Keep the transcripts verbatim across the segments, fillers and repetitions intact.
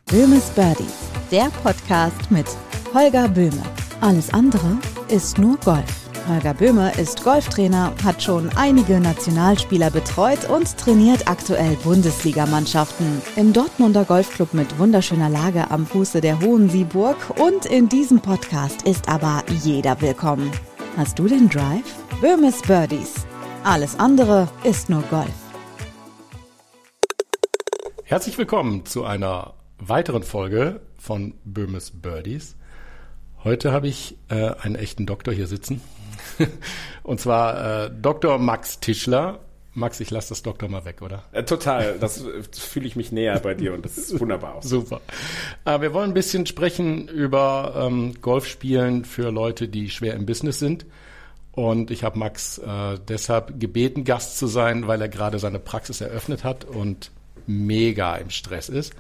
Böhmes Birdies, der Podcast mit Holger Böhme. Alles andere ist nur Golf. Holger Böhme ist Golftrainer, hat schon einige Nationalspieler betreut und trainiert aktuell Bundesligamannschaften. Im Dortmunder Golfclub mit wunderschöner Lage am Fuße der Hohen Sieburg und in diesem Podcast ist aber jeder willkommen. Hast du den Drive? Böhmes Birdies. Alles andere ist nur Golf. Herzlich willkommen zu einer weiteren Folge von Böhmes Birdies. Heute habe ich äh, einen echten Doktor hier sitzen. Und zwar äh, Doktor Max Tischler. Max, ich lasse das Doktor mal weg, oder? Äh, total, das fühle ich mich näher bei dir und das ist wunderbar aus. Super. Äh, wir wollen ein bisschen sprechen über ähm, Golfspielen für Leute, die schwer im Business sind. Und ich habe Max äh, deshalb gebeten, Gast zu sein, weil er gerade seine Praxis eröffnet hat und mega im Stress ist.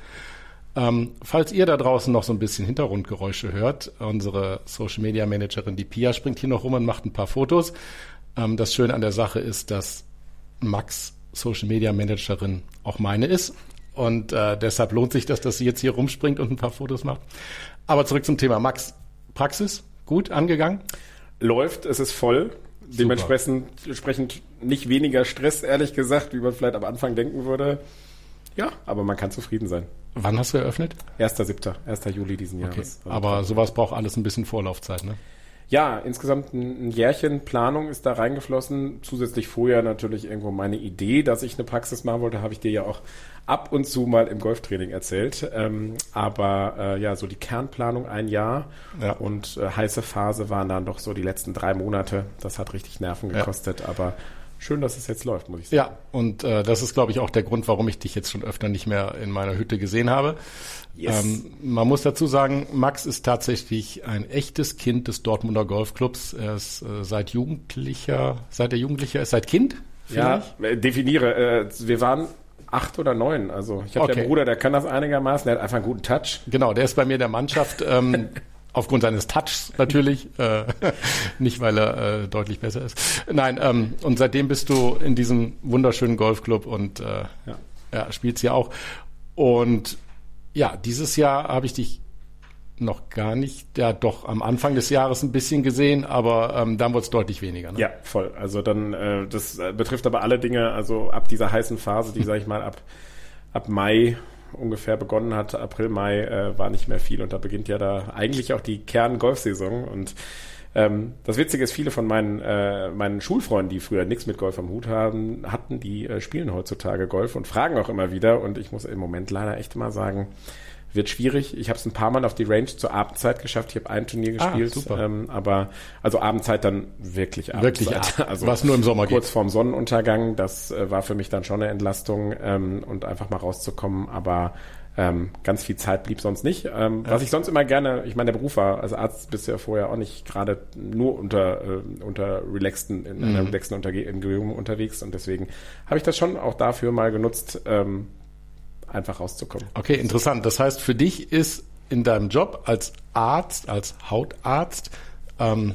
Ähm, falls ihr da draußen noch so ein bisschen Hintergrundgeräusche hört, unsere Social Media Managerin, die Pia, springt hier noch rum und macht ein paar Fotos. Ähm, das Schöne an der Sache ist, dass Max Social Media Managerin auch meine ist. Und äh, deshalb lohnt sich das, dass sie jetzt hier rumspringt und ein paar Fotos macht. Aber zurück zum Thema. Max, Praxis, gut angegangen? Läuft, es ist voll. Super. Dementsprechend entsprechend nicht weniger Stress, ehrlich gesagt, wie man vielleicht am Anfang denken würde. Ja, aber man kann zufrieden sein. Wann hast du eröffnet? erster siebter erster Juli diesen Jahres. Okay. Also aber sowas braucht alles ein bisschen Vorlaufzeit, ne? Ja, insgesamt ein Jährchen Planung ist da reingeflossen. Zusätzlich vorher natürlich irgendwo meine Idee, dass ich eine Praxis machen wollte, habe ich dir ja auch ab und zu mal im Golftraining erzählt. Ähm, aber äh, ja, so die Kernplanung ein Jahr ja. und äh, heiße Phase waren dann doch so die letzten drei Monate. Das hat richtig Nerven gekostet, ja. aber schön, dass es jetzt läuft, muss ich sagen. Ja, und äh, das ist, glaube ich, auch der Grund, warum ich dich jetzt schon öfter nicht mehr in meiner Hütte gesehen habe. Yes. Ähm, man muss dazu sagen, Max ist tatsächlich ein echtes Kind des Dortmunder Golfclubs. Er ist äh, seit Jugendlicher, seit er Jugendlicher ist, seit Kind? Ja, äh, definiere. Äh, wir waren acht oder neun. Also ich habe okay. den Bruder, der kann das einigermaßen, der hat einfach einen guten Touch. Genau, der ist bei mir in der Mannschaft. Ähm, Aufgrund seines Touchs natürlich, äh, nicht weil er äh, deutlich besser ist. Nein, ähm, und seitdem bist du in diesem wunderschönen Golfclub und äh, ja. Ja, spielst ja auch. Und ja, dieses Jahr habe ich dich noch gar nicht, ja doch am Anfang des Jahres ein bisschen gesehen, aber ähm, dann wurde es deutlich weniger. Ne? Ja, voll. Also dann, äh, das betrifft aber alle Dinge, also ab dieser heißen Phase, die, sag ich mal, ab, ab Mai ungefähr begonnen hat, April, Mai, äh, war nicht mehr viel und da beginnt ja da eigentlich auch die Kern-Golfsaison und ähm, das Witzige ist, viele von meinen, äh, meinen Schulfreunden, die früher nichts mit Golf am Hut haben, hatten, die äh, spielen heutzutage Golf und fragen auch immer wieder und ich muss im Moment leider echt mal sagen, wird schwierig. Ich habe es ein paar Mal auf die Range zur Abendzeit geschafft. Ich habe ein Turnier gespielt, ah, super. Ähm, aber also Abendzeit dann wirklich Abendzeit. Wirklich, also was nur im Sommer kurz geht. vorm Sonnenuntergang. Das äh, war für mich dann schon eine Entlastung ähm, und einfach mal rauszukommen. Aber ähm, ganz viel Zeit blieb sonst nicht. Ähm, ja. Was ich sonst immer gerne, ich meine, der Beruf war, als Arzt bist du ja vorher auch nicht gerade nur unter äh, unter relaxten, in einer mhm. relaxten Umgebung unterwegs und deswegen habe ich das schon auch dafür mal genutzt, ähm, einfach rauszukommen. Okay, interessant. Das heißt, für dich ist in deinem Job als Arzt, als Hautarzt, ähm,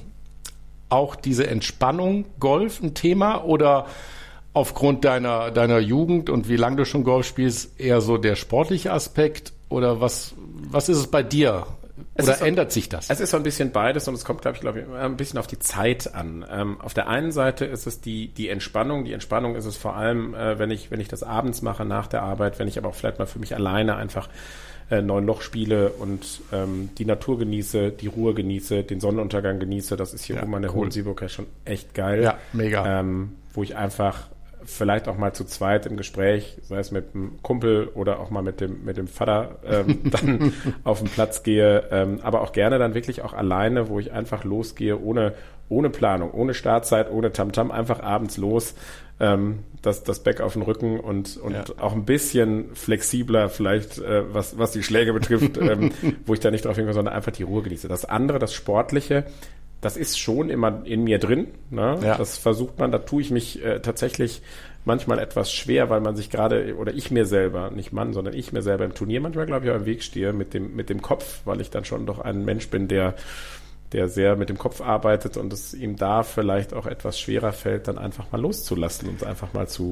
auch diese Entspannung Golf ein Thema oder aufgrund deiner, deiner Jugend und wie lange du schon Golf spielst, eher so der sportliche Aspekt oder was, was ist es bei dir? Oder so, ändert sich das? Es ist so ein bisschen beides und es kommt, glaube ich, glaube ich, ein bisschen auf die Zeit an. Ähm, auf der einen Seite ist es die, die Entspannung. Die Entspannung ist es vor allem, äh, wenn ich, wenn ich das abends mache nach der Arbeit, wenn ich aber auch vielleicht mal für mich alleine einfach äh, neun Loch spiele und ähm, die Natur genieße, die Ruhe genieße, den Sonnenuntergang genieße. Das ist hier oben an der Hohen Sieburg ja schon echt geil. Ja, mega. Ähm, wo ich einfach vielleicht auch mal zu zweit im Gespräch, sei es mit einem Kumpel oder auch mal mit dem mit dem Vater, ähm, dann auf den Platz gehe, ähm, aber auch gerne dann wirklich auch alleine, wo ich einfach losgehe, ohne ohne Planung, ohne Startzeit, ohne Tamtam, einfach abends los, ähm, das das Back auf den Rücken und und ja. auch ein bisschen flexibler vielleicht, äh, was was die Schläge betrifft, ähm, wo ich da nicht drauf hinkomme, sondern einfach die Ruhe genieße. Das andere, das Sportliche, das ist schon immer in mir drin. Ne? Ja. Das versucht man, da tue ich mich äh, tatsächlich manchmal etwas schwer, weil man sich gerade, oder ich mir selber, nicht Mann, sondern ich mir selber im Turnier manchmal, glaube ich, auch im Weg stehe mit dem, mit dem Kopf, weil ich dann schon doch ein Mensch bin, der, der sehr mit dem Kopf arbeitet und es ihm da vielleicht auch etwas schwerer fällt, dann einfach mal loszulassen und einfach mal zu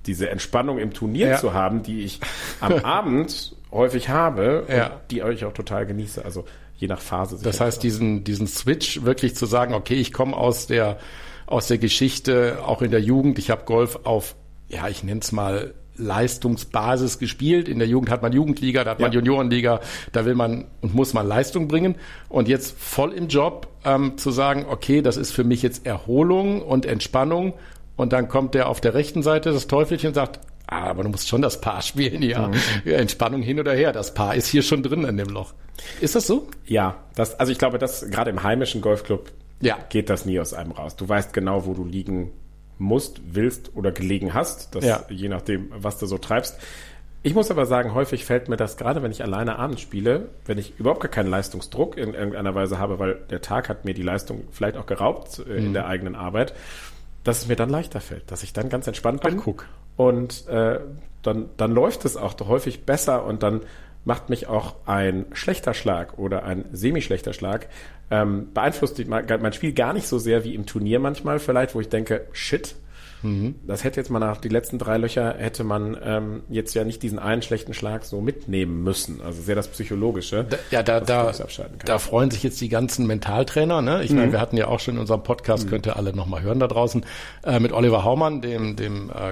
diese Entspannung im Turnier ja. zu haben, die ich am Abend häufig habe und ja. die ich auch total genieße. Also je nach Phase. Das heißt, diesen, diesen Switch wirklich zu sagen, okay, ich komme aus der, aus der Geschichte, auch in der Jugend, ich habe Golf auf, ja, ich nenne es mal Leistungsbasis gespielt. In der Jugend hat man Jugendliga, da hat man ja. Juniorenliga, da will man und muss man Leistung bringen. Und jetzt voll im Job ähm, zu sagen, okay, das ist für mich jetzt Erholung und Entspannung. Und dann kommt der auf der rechten Seite, das Teufelchen, und sagt, ah, aber du musst schon das Paar spielen, ja. Mhm. ja. Entspannung hin oder her, das Paar ist hier schon drin in dem Loch. Ist das so? Ja, das, also ich glaube, dass gerade im heimischen Golfclub ja. geht das nie aus einem raus. Du weißt genau, wo du liegen musst, willst oder gelegen hast. Das ja. je nachdem, was du so treibst. Ich muss aber sagen, häufig fällt mir das, gerade wenn ich alleine abends spiele, wenn ich überhaupt gar keinen Leistungsdruck in irgendeiner Weise habe, weil der Tag hat mir die Leistung vielleicht auch geraubt äh, in mhm. der eigenen Arbeit, dass es mir dann leichter fällt, dass ich dann ganz entspannt bin. Ach, guck. Und äh, dann, dann läuft es auch häufig besser und dann macht mich auch ein schlechter Schlag oder ein semi-schlechter Schlag, ähm, beeinflusst die, mein, mein Spiel gar nicht so sehr wie im Turnier manchmal vielleicht, wo ich denke, shit, mhm. das hätte jetzt mal nach die letzten drei Löcher, hätte man ähm, jetzt ja nicht diesen einen schlechten Schlag so mitnehmen müssen. Also sehr das Psychologische. Da, ja, da, da, da freuen sich jetzt die ganzen Mentaltrainer. Ne? Ich mhm. meine, wir hatten ja auch schon in unserem Podcast, mhm. könnt ihr alle nochmal hören da draußen, äh, mit Oliver Haumann, dem, dem äh,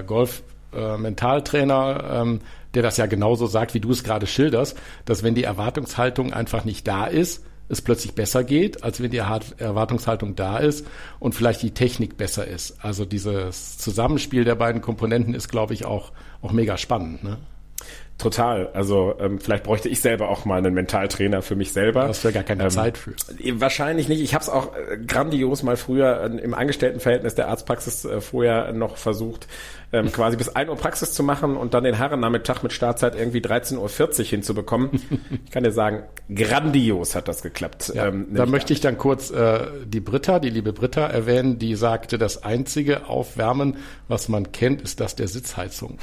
Golf-Mentaltrainer, äh, ähm, der das ja genauso sagt, wie du es gerade schilderst, dass wenn die Erwartungshaltung einfach nicht da ist, es plötzlich besser geht, als wenn die Erwartungshaltung da ist und vielleicht die Technik besser ist. Also dieses Zusammenspiel der beiden Komponenten ist, glaube ich, auch, auch mega spannend, ne? Total. Also ähm, vielleicht bräuchte ich selber auch mal einen Mentaltrainer für mich selber. Da hast du ja gar keine ähm, Zeit für. Wahrscheinlich nicht. Ich habe es auch äh, grandios mal früher äh, im Angestelltenverhältnis der Arztpraxis äh, vorher noch versucht, ähm, quasi bis ein Uhr Praxis zu machen und dann den Herrennachmittag mit Startzeit irgendwie dreizehn Uhr vierzig hinzubekommen. Ich kann dir sagen, grandios hat das geklappt. Ja, ähm, da möchte ich dann kurz äh, die Britta, die liebe Britta erwähnen, die sagte, das einzige Aufwärmen, was man kennt, ist das der Sitzheizung.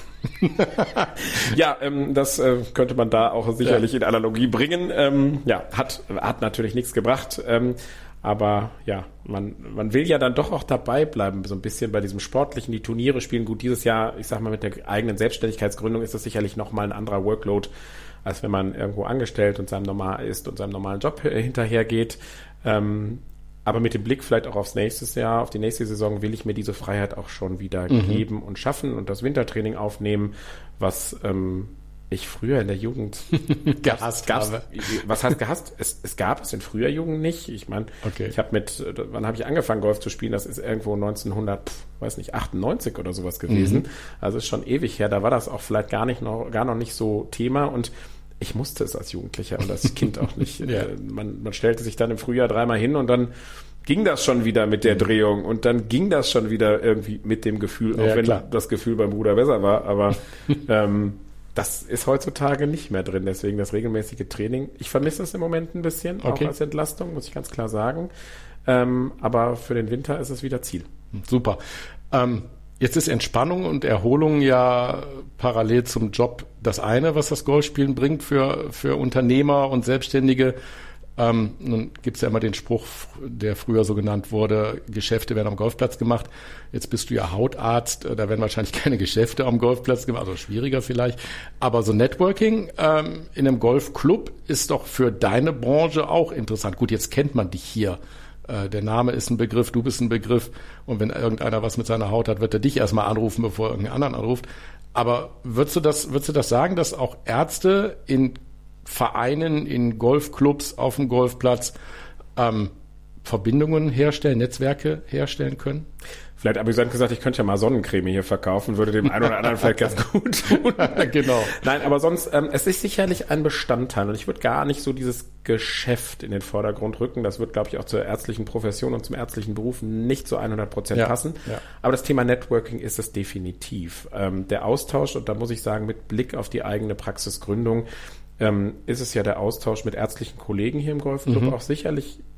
Ja, ähm, das äh, könnte man da auch sicherlich ja. in Analogie bringen. Ähm, ja, hat, hat natürlich nichts gebracht. Ähm, aber ja, man, man will ja dann doch auch dabei bleiben, so ein bisschen bei diesem Sportlichen, die Turniere spielen. Gut, dieses Jahr, ich sag mal, mit der eigenen Selbstständigkeitsgründung ist das sicherlich nochmal ein anderer Workload, als wenn man irgendwo angestellt und seinem normal ist und seinem normalen Job hinterhergeht. Ähm, aber mit dem Blick vielleicht auch aufs nächste Jahr, auf die nächste Saison, will ich mir diese Freiheit auch schon wieder mhm. geben und schaffen und das Wintertraining aufnehmen, was ähm, ich früher in der Jugend gehasst gab's, habe. Was heißt gehasst? Es, es gab es in früher Jugend nicht. Ich meine, okay. ich habe mit, wann habe ich angefangen Golf zu spielen? Das ist irgendwo neunzehnhundert, pf, weiß nicht, achtundneunzig oder sowas gewesen. Mhm. Also ist schon ewig her. Da war das auch vielleicht gar nicht noch, gar noch nicht so Thema und ich musste es als Jugendlicher und als Kind auch nicht. ja. man, man stellte sich dann im Frühjahr dreimal hin und dann ging das schon wieder mit der Drehung und dann ging das schon wieder irgendwie mit dem Gefühl, auch ja, wenn klar. das Gefühl beim Bruder besser war, aber ähm, das ist heutzutage nicht mehr drin, deswegen das regelmäßige Training. Ich vermisse es im Moment ein bisschen, okay. auch als Entlastung, muss ich ganz klar sagen, ähm, aber für den Winter ist es wieder Ziel. Super. Ähm, jetzt ist Entspannung und Erholung ja parallel zum Job das eine, was das Golfspielen bringt für, für Unternehmer und Selbstständige. Ähm, nun gibt es ja immer den Spruch, der früher so genannt wurde, Geschäfte werden am Golfplatz gemacht. Jetzt bist du ja Hautarzt, da werden wahrscheinlich keine Geschäfte am Golfplatz gemacht, also schwieriger vielleicht. Aber so Networking ähm, in einem Golfclub ist doch für deine Branche auch interessant. Gut, jetzt kennt man dich hier. Äh, der Name ist ein Begriff, du bist ein Begriff. Und wenn irgendeiner was mit seiner Haut hat, wird er dich erstmal anrufen, bevor er irgendeinen anderen anruft. Aber würdest du das, würdest du das sagen, dass auch Ärzte in Vereinen, in Golfclubs, auf dem Golfplatz ähm, Verbindungen herstellen, Netzwerke herstellen können? Vielleicht amüsant gesagt, ich könnte ja mal Sonnencreme hier verkaufen, würde dem einen oder anderen vielleicht ganz gut tun. Genau. Nein, aber sonst, ähm, es ist sicherlich ein Bestandteil und ich würde gar nicht so dieses Geschäft in den Vordergrund rücken. Das wird, glaube ich, auch zur ärztlichen Profession und zum ärztlichen Beruf nicht zu hundert Prozent ja, passen. Ja. Aber das Thema Networking ist es definitiv. Ähm, der Austausch, und da muss ich sagen, mit Blick auf die eigene Praxisgründung, ähm, ist es ja der Austausch mit ärztlichen Kollegen hier im Golfclub mhm. auch sicherlich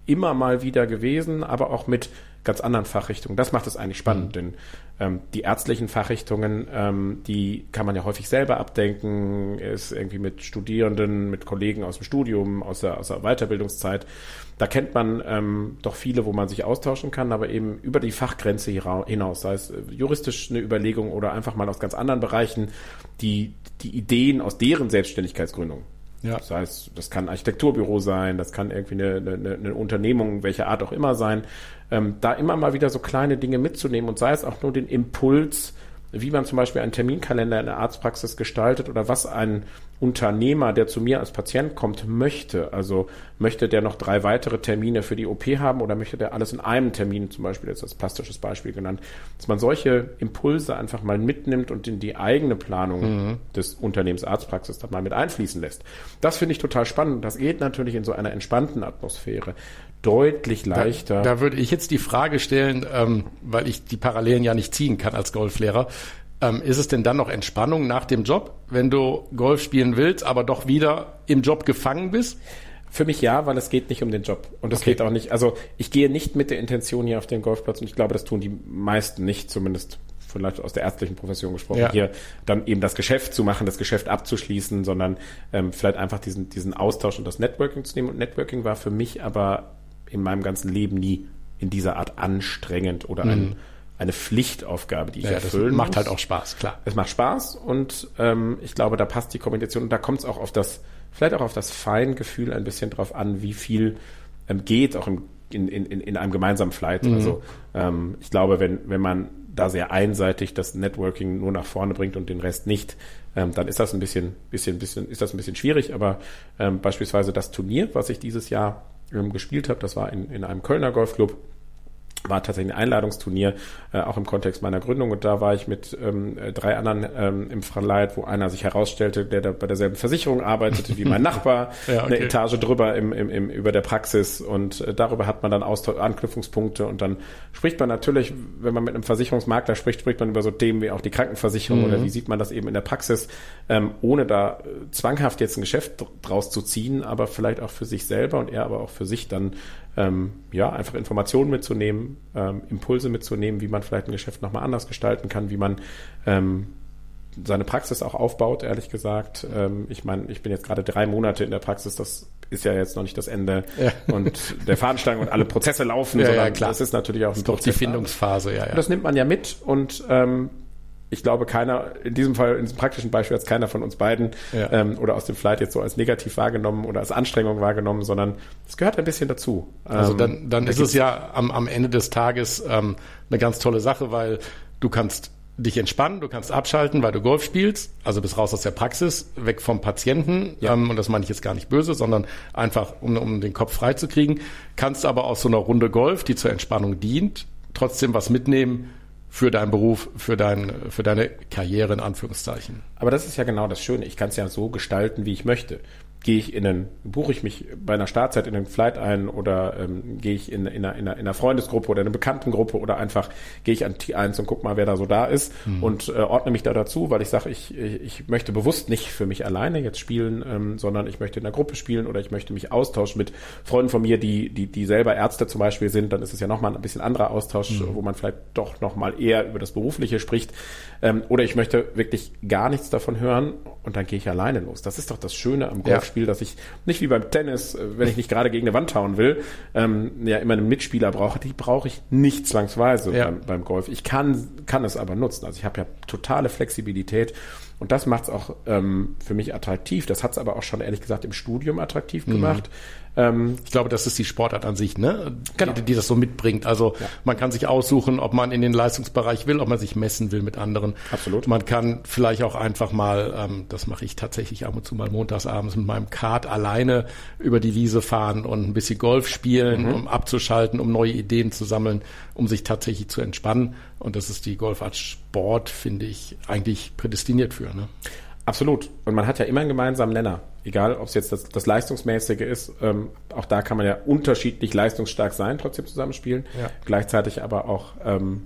immer mal wieder gewesen, aber auch mit ganz anderen Fachrichtungen. Das macht es eigentlich spannend, mhm. denn ähm, die ärztlichen Fachrichtungen, ähm, die kann man ja häufig selber abdenken, ist irgendwie mit Studierenden, mit Kollegen aus dem Studium, aus der, aus der Weiterbildungszeit. Da kennt man ähm, doch viele, wo man sich austauschen kann, aber eben über die Fachgrenze hinaus, sei es juristisch eine Überlegung oder einfach mal aus ganz anderen Bereichen, die, die Ideen aus deren Selbstständigkeitsgründung. Ja. Das heißt, das kann ein Architekturbüro sein, das kann irgendwie eine, eine, eine Unternehmung, welcher Art auch immer sein, ähm, da immer mal wieder so kleine Dinge mitzunehmen und sei es auch nur den Impuls, wie man zum Beispiel einen Terminkalender in der Arztpraxis gestaltet oder was ein Unternehmer, der zu mir als Patient kommt, möchte. Also möchte der noch drei weitere Termine für die O P haben oder möchte der alles in einem Termin, zum Beispiel jetzt als plastisches Beispiel genannt, dass man solche Impulse einfach mal mitnimmt und in die eigene Planung mhm. des Unternehmens Arztpraxis dann mal mit einfließen lässt. Das finde ich total spannend. Das geht natürlich in so einer entspannten Atmosphäre deutlich leichter. Da, da würde ich jetzt die Frage stellen, ähm, weil ich die Parallelen ja nicht ziehen kann als Golflehrer. Ähm, ist es denn dann noch Entspannung nach dem Job, wenn du Golf spielen willst, aber doch wieder im Job gefangen bist? Für mich ja, weil es geht nicht um den Job. Und es okay. geht auch nicht, also ich gehe nicht mit der Intention hier auf den Golfplatz und ich glaube, das tun die meisten nicht, zumindest vielleicht aus der ärztlichen Profession gesprochen, ja. hier dann eben das Geschäft zu machen, das Geschäft abzuschließen, sondern ähm, vielleicht einfach diesen, diesen Austausch und das Networking zu nehmen. Und Networking war für mich aber in meinem ganzen Leben nie in dieser Art anstrengend oder mhm. ein eine Pflichtaufgabe, die ich ja, erfüllen das macht muss. halt auch Spaß, klar. Es macht Spaß und ähm, ich glaube, da passt die Kombination und da kommt es auch auf das, vielleicht auch auf das Feingefühl ein bisschen drauf an, wie viel ähm, geht auch im, in, in, in einem gemeinsamen Flight. Mhm. Also ähm, ich glaube, wenn, wenn man da sehr einseitig das Networking nur nach vorne bringt und den Rest nicht, ähm, dann ist das ein bisschen, bisschen, bisschen, ist das ein bisschen schwierig, aber ähm, beispielsweise das Turnier, was ich dieses Jahr ähm, gespielt habe, das war in, in einem Kölner Golfclub, war tatsächlich ein Einladungsturnier, äh, auch im Kontext meiner Gründung. Und da war ich mit ähm, drei anderen ähm, im Verleih, wo einer sich herausstellte, der da bei derselben Versicherung arbeitete wie mein Nachbar, ja, okay. eine Etage drüber im, im, im, über der Praxis. Und äh, darüber hat man dann Austausch, Anknüpfungspunkte. Und dann spricht man natürlich, wenn man mit einem Versicherungsmakler spricht, spricht man über so Themen wie auch die Krankenversicherung mhm. oder wie sieht man das eben in der Praxis, ähm, ohne da äh, zwanghaft jetzt ein Geschäft draus zu ziehen, aber vielleicht auch für sich selber und er aber auch für sich dann Ähm, ja, einfach Informationen mitzunehmen, ähm, Impulse mitzunehmen, wie man vielleicht ein Geschäft nochmal anders gestalten kann, wie man ähm, seine Praxis auch aufbaut, ehrlich gesagt. Ähm, ich meine, ich bin jetzt gerade drei Monate in der Praxis, das ist ja jetzt noch nicht das Ende ja. und der Fahnenstange und alle Prozesse laufen, ja, sondern ja, klar. das ist natürlich auch ein Prozess. Die Findungsphase, ja, ja. Und das nimmt man ja mit und ähm, ich glaube, keiner, in diesem Fall, in diesem praktischen Beispiel, hat keiner von uns beiden ja. ähm, oder aus dem Flight jetzt so als negativ wahrgenommen oder als Anstrengung wahrgenommen, sondern es gehört ein bisschen dazu. Also dann, dann da ist es ja am, am Ende des Tages ähm, eine ganz tolle Sache, weil du kannst dich entspannen, du kannst abschalten, weil du Golf spielst, also bist raus aus der Praxis, weg vom Patienten, ja. ähm, und das meine ich jetzt gar nicht böse, sondern einfach, um, um den Kopf frei zu kriegen, kannst aber aus so einer Runde Golf, die zur Entspannung dient, trotzdem was mitnehmen, für deinen Beruf, für, dein, für deine Karriere in Anführungszeichen. Aber das ist ja genau das Schöne. Ich kann es ja so gestalten, wie ich möchte. Gehe ich in einen, buche ich mich bei einer Startzeit in einen Flight ein oder ähm, gehe ich in, in, einer, in, einer, in einer Freundesgruppe oder in einer Bekanntengruppe oder einfach gehe ich an T eins und guck mal, wer da so da ist mhm. und äh, ordne mich da dazu, weil ich sage, ich, ich, ich möchte bewusst nicht für mich alleine jetzt spielen, ähm, sondern ich möchte in der Gruppe spielen oder ich möchte mich austauschen mit Freunden von mir, die, die, die selber Ärzte zum Beispiel sind. Dann ist es ja nochmal ein bisschen anderer Austausch, mhm. wo man vielleicht doch nochmal eher über das Berufliche spricht. Ähm, oder ich möchte wirklich gar nichts davon hören und dann gehe ich alleine los. Das ist doch das Schöne am Golf. Ja. Spiel, dass ich nicht wie beim Tennis, wenn ich nicht gerade gegen eine Wand hauen will, ähm, ja immer einen Mitspieler brauche. Die brauche ich nicht zwangsweise ja. beim, beim Golf. Ich kann, kann es aber nutzen. Also ich habe ja totale Flexibilität und das macht es auch ähm, für mich attraktiv. Das hat es aber auch schon ehrlich gesagt im Studium attraktiv gemacht. Mhm. Ähm, ich glaube, das ist die Sportart an sich, ne? Genau. Die, die das so mitbringt. Also ja. man kann sich aussuchen, ob man in den Leistungsbereich will, ob man sich messen will mit anderen. Absolut. Man kann vielleicht auch einfach mal, ähm, das mache ich tatsächlich ab und zu mal montagsabends mit meinem Kart alleine über die Wiese fahren und ein bisschen Golf spielen, mhm. um abzuschalten, um neue Ideen zu sammeln, um sich tatsächlich zu entspannen. Und das ist die Golfart Sport, finde ich, eigentlich prädestiniert für, ne? Absolut. Und man hat ja immer einen gemeinsamen Nenner. Egal, ob es jetzt das, das Leistungsmäßige ist. Ähm, auch da kann man ja unterschiedlich leistungsstark sein, trotzdem zusammenspielen. Ja. Gleichzeitig aber auch, ähm,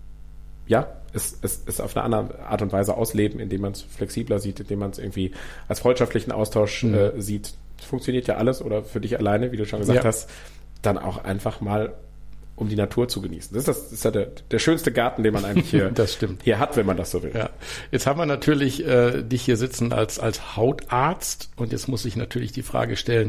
ja, es, es, es auf eine andere Art und Weise ausleben, indem man es flexibler sieht, indem man es irgendwie als freundschaftlichen Austausch mhm. äh, sieht. Funktioniert ja alles oder für dich alleine, wie du schon gesagt ja. hast. dann auch einfach mal um die Natur zu genießen. Das ist, das, das ist ja der, der schönste Garten, den man eigentlich hier, das stimmt. hier hat, wenn man das so will. Ja. Jetzt haben wir natürlich äh, dich hier sitzen als, als Hautarzt und jetzt muss ich natürlich die Frage stellen,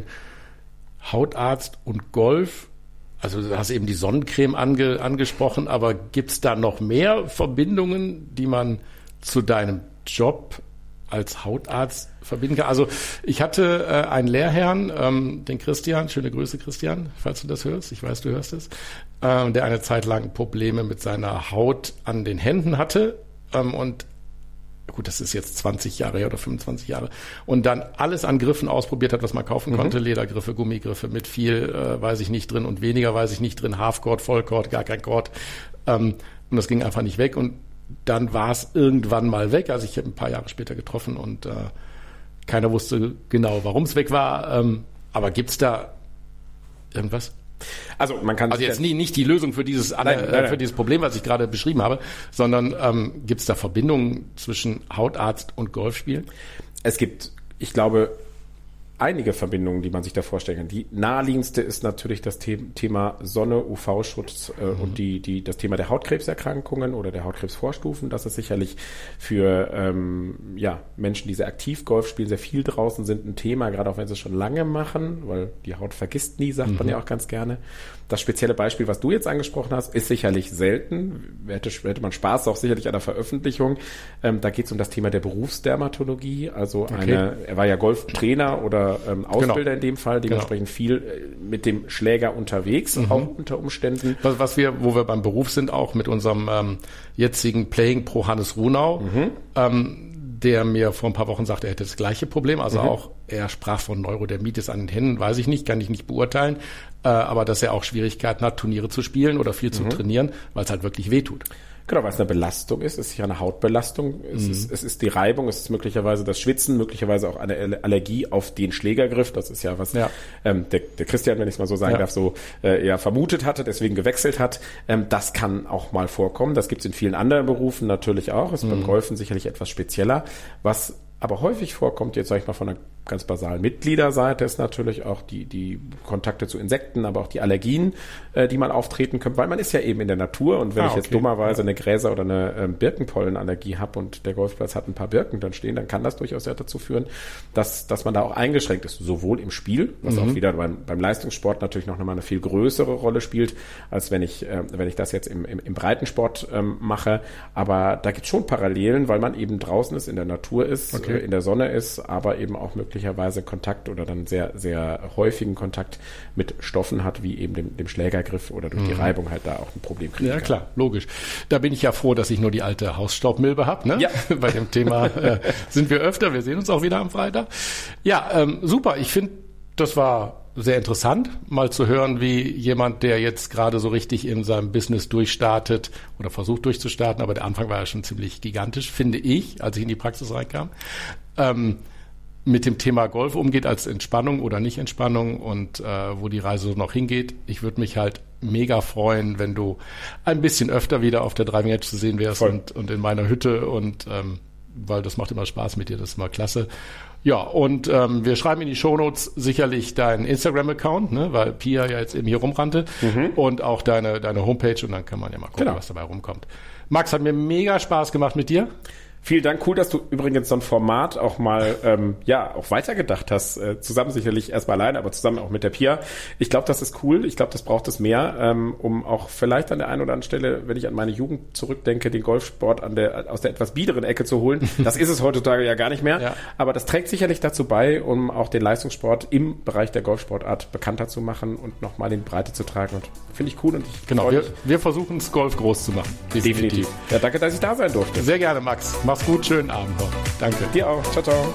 Hautarzt und Golf, also du hast eben die Sonnencreme ange, angesprochen, aber gibt es da noch mehr Verbindungen, die man zu deinem Job als Hautarzt verbinden kann? Also ich hatte äh, einen Lehrherrn, ähm, den Christian, schöne Grüße Christian, falls du das hörst, ich weiß, du hörst es, ähm, der eine Zeit lang Probleme mit seiner Haut an den Händen hatte ähm, und gut, das ist jetzt zwanzig Jahre her oder fünfundzwanzig Jahre und dann alles an Griffen ausprobiert hat, was man kaufen mhm. konnte, Ledergriffe, Gummigriffe mit viel, äh, weiß ich nicht drin und weniger weiß ich nicht drin, Halfcord, Vollcord, gar kein Cord ähm, und das ging einfach nicht weg und dann war es irgendwann mal weg. Also ich habe ein paar Jahre später getroffen und äh, keiner wusste genau, warum es weg war. Ähm, aber gibt es da irgendwas? Also man kann also jetzt nie, nicht die Lösung für dieses nein, nein, nein. für dieses Problem, was ich gerade beschrieben habe, sondern ähm, gibt es da Verbindungen zwischen Hautarzt und Golfspielen? Es gibt, ich glaube, einige Verbindungen, die man sich da vorstellen kann. Die naheliegendste ist natürlich das The- Thema Sonne, U V-Schutz äh, mhm. und die, die, das Thema der Hautkrebserkrankungen oder der Hautkrebsvorstufen. Das ist sicherlich für ähm, ja, Menschen, die sehr aktiv Golf spielen, sehr viel draußen sind, ein Thema, gerade auch wenn sie es schon lange machen, weil die Haut vergisst nie, sagt mhm. man ja auch ganz gerne. Das spezielle Beispiel, was du jetzt angesprochen hast, ist sicherlich selten. Hätte, hätte man Spaß auch sicherlich an der Veröffentlichung. Ähm, da geht es um das Thema der Berufsdermatologie. Also okay. eine, er war ja Golftrainer oder ähm, Ausbilder genau. in dem Fall, dementsprechend genau. viel äh, mit dem Schläger unterwegs, mhm. auch unter Umständen. Was, was wir, wo wir beim Beruf sind, auch mit unserem ähm, jetzigen Playing Pro Hannes Runau, mhm. ähm, der mir vor ein paar Wochen sagte, er hätte das gleiche Problem. Also mhm. auch, er sprach von Neurodermitis an den Händen, weiß ich nicht, kann ich nicht beurteilen. Äh, aber dass er auch Schwierigkeiten hat, Turniere zu spielen oder viel zu mhm. trainieren, weil es halt wirklich wehtut. Genau, weil es eine Belastung ist. Es ist ja eine Hautbelastung. Es, mhm. ist, es ist die Reibung, es ist möglicherweise das Schwitzen, möglicherweise auch eine Allergie auf den Schlägergriff. Das ist ja was ja. Ähm, der, der Christian, wenn ich es mal so sagen ja. darf, so äh, eher vermutet hatte, deswegen gewechselt hat. Ähm, das kann auch mal vorkommen. Das gibt es in vielen anderen Berufen natürlich auch. Ist mhm. beim Golfen sicherlich etwas spezieller. Was aber häufig vorkommt, jetzt sage ich mal von einer ganz basalen Mitgliederseite, ist natürlich auch die, die Kontakte zu Insekten, aber auch die Allergien, äh, die mal auftreten können, weil man ist ja eben in der Natur und wenn ah, ich jetzt okay. dummerweise eine Gräser- oder eine ähm, Birkenpollenallergie habe und der Golfplatz hat ein paar Birken dann stehen, dann kann das durchaus ja dazu führen, dass, dass man da auch eingeschränkt ist, sowohl im Spiel, was mhm. auch wieder beim, beim Leistungssport natürlich noch mal eine viel größere Rolle spielt, als wenn ich, äh, wenn ich das jetzt im, im, im Breitensport ähm, mache, aber da gibt es schon Parallelen, weil man eben draußen ist, in der Natur ist, okay. äh, in der Sonne ist, aber eben auch möglicherweise Kontakt oder dann sehr, sehr häufigen Kontakt mit Stoffen hat, wie eben dem, dem Schlägergriff oder durch die mhm. Reibung halt da auch ein Problem kriegen Ja, kann. klar, logisch. Da bin ich ja froh, dass ich nur die alte Hausstaubmilbe habe. Ne? Ja. Bei dem Thema äh, sind wir öfter. Wir sehen uns auch wieder am Freitag. Ja, ähm, super. Ich finde, das war sehr interessant, mal zu hören, wie jemand, der jetzt gerade so richtig in seinem Business durchstartet oder versucht durchzustarten, aber der Anfang war ja schon ziemlich gigantisch, finde ich, als ich in die Praxis reinkam, ähm, mit dem Thema Golf umgeht als Entspannung oder nicht Entspannung und äh, wo die Reise noch hingeht. Ich würde mich halt mega freuen, wenn du ein bisschen öfter wieder auf der Driving Edge zu sehen wärst und, und in meiner Hütte und ähm, weil das macht immer Spaß mit dir, das ist immer klasse. Ja, und ähm, wir schreiben in die Shownotes sicherlich deinen Instagram-Account, ne, weil Pia ja jetzt eben hier rumrannte mhm. und auch deine, deine Homepage und dann kann man ja mal gucken, genau. was dabei rumkommt. Max, hat mir mega Spaß gemacht mit dir. Vielen Dank, cool, dass du übrigens so ein Format auch mal ähm, ja auch weitergedacht hast. Äh, zusammen sicherlich erstmal alleine, aber zusammen auch mit der Pia. Ich glaube, das ist cool. Ich glaube, das braucht es mehr, ähm, um auch vielleicht an der einen oder anderen Stelle, wenn ich an meine Jugend zurückdenke, den Golfsport an der aus der etwas biederen Ecke zu holen. Das ist es heutzutage ja gar nicht mehr. Ja. Aber das trägt sicherlich dazu bei, um auch den Leistungssport im Bereich der Golfsportart bekannter zu machen und nochmal in die Breite zu tragen. Und finde ich cool. Und ich genau, wir, wir versuchen es Golf groß zu machen. Definitiv. Definitiv. Ja, danke, dass ich da sein durfte. Sehr gerne, Max. Mach's gut, schönen Abend noch. Danke. Dir auch. Ciao, ciao.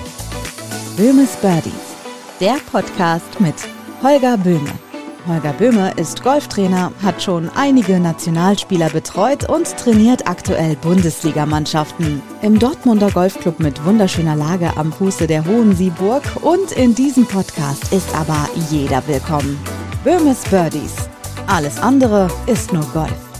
Böhmes Birdies, der Podcast mit Holger Böhme. Holger Böhme ist Golftrainer, hat schon einige Nationalspieler betreut und trainiert aktuell Bundesligamannschaften. Im Dortmunder Golfclub mit wunderschöner Lage am Fuße der Hohensieburg und in diesem Podcast ist aber jeder willkommen. Böhmes Birdies. Alles andere ist nur Golf.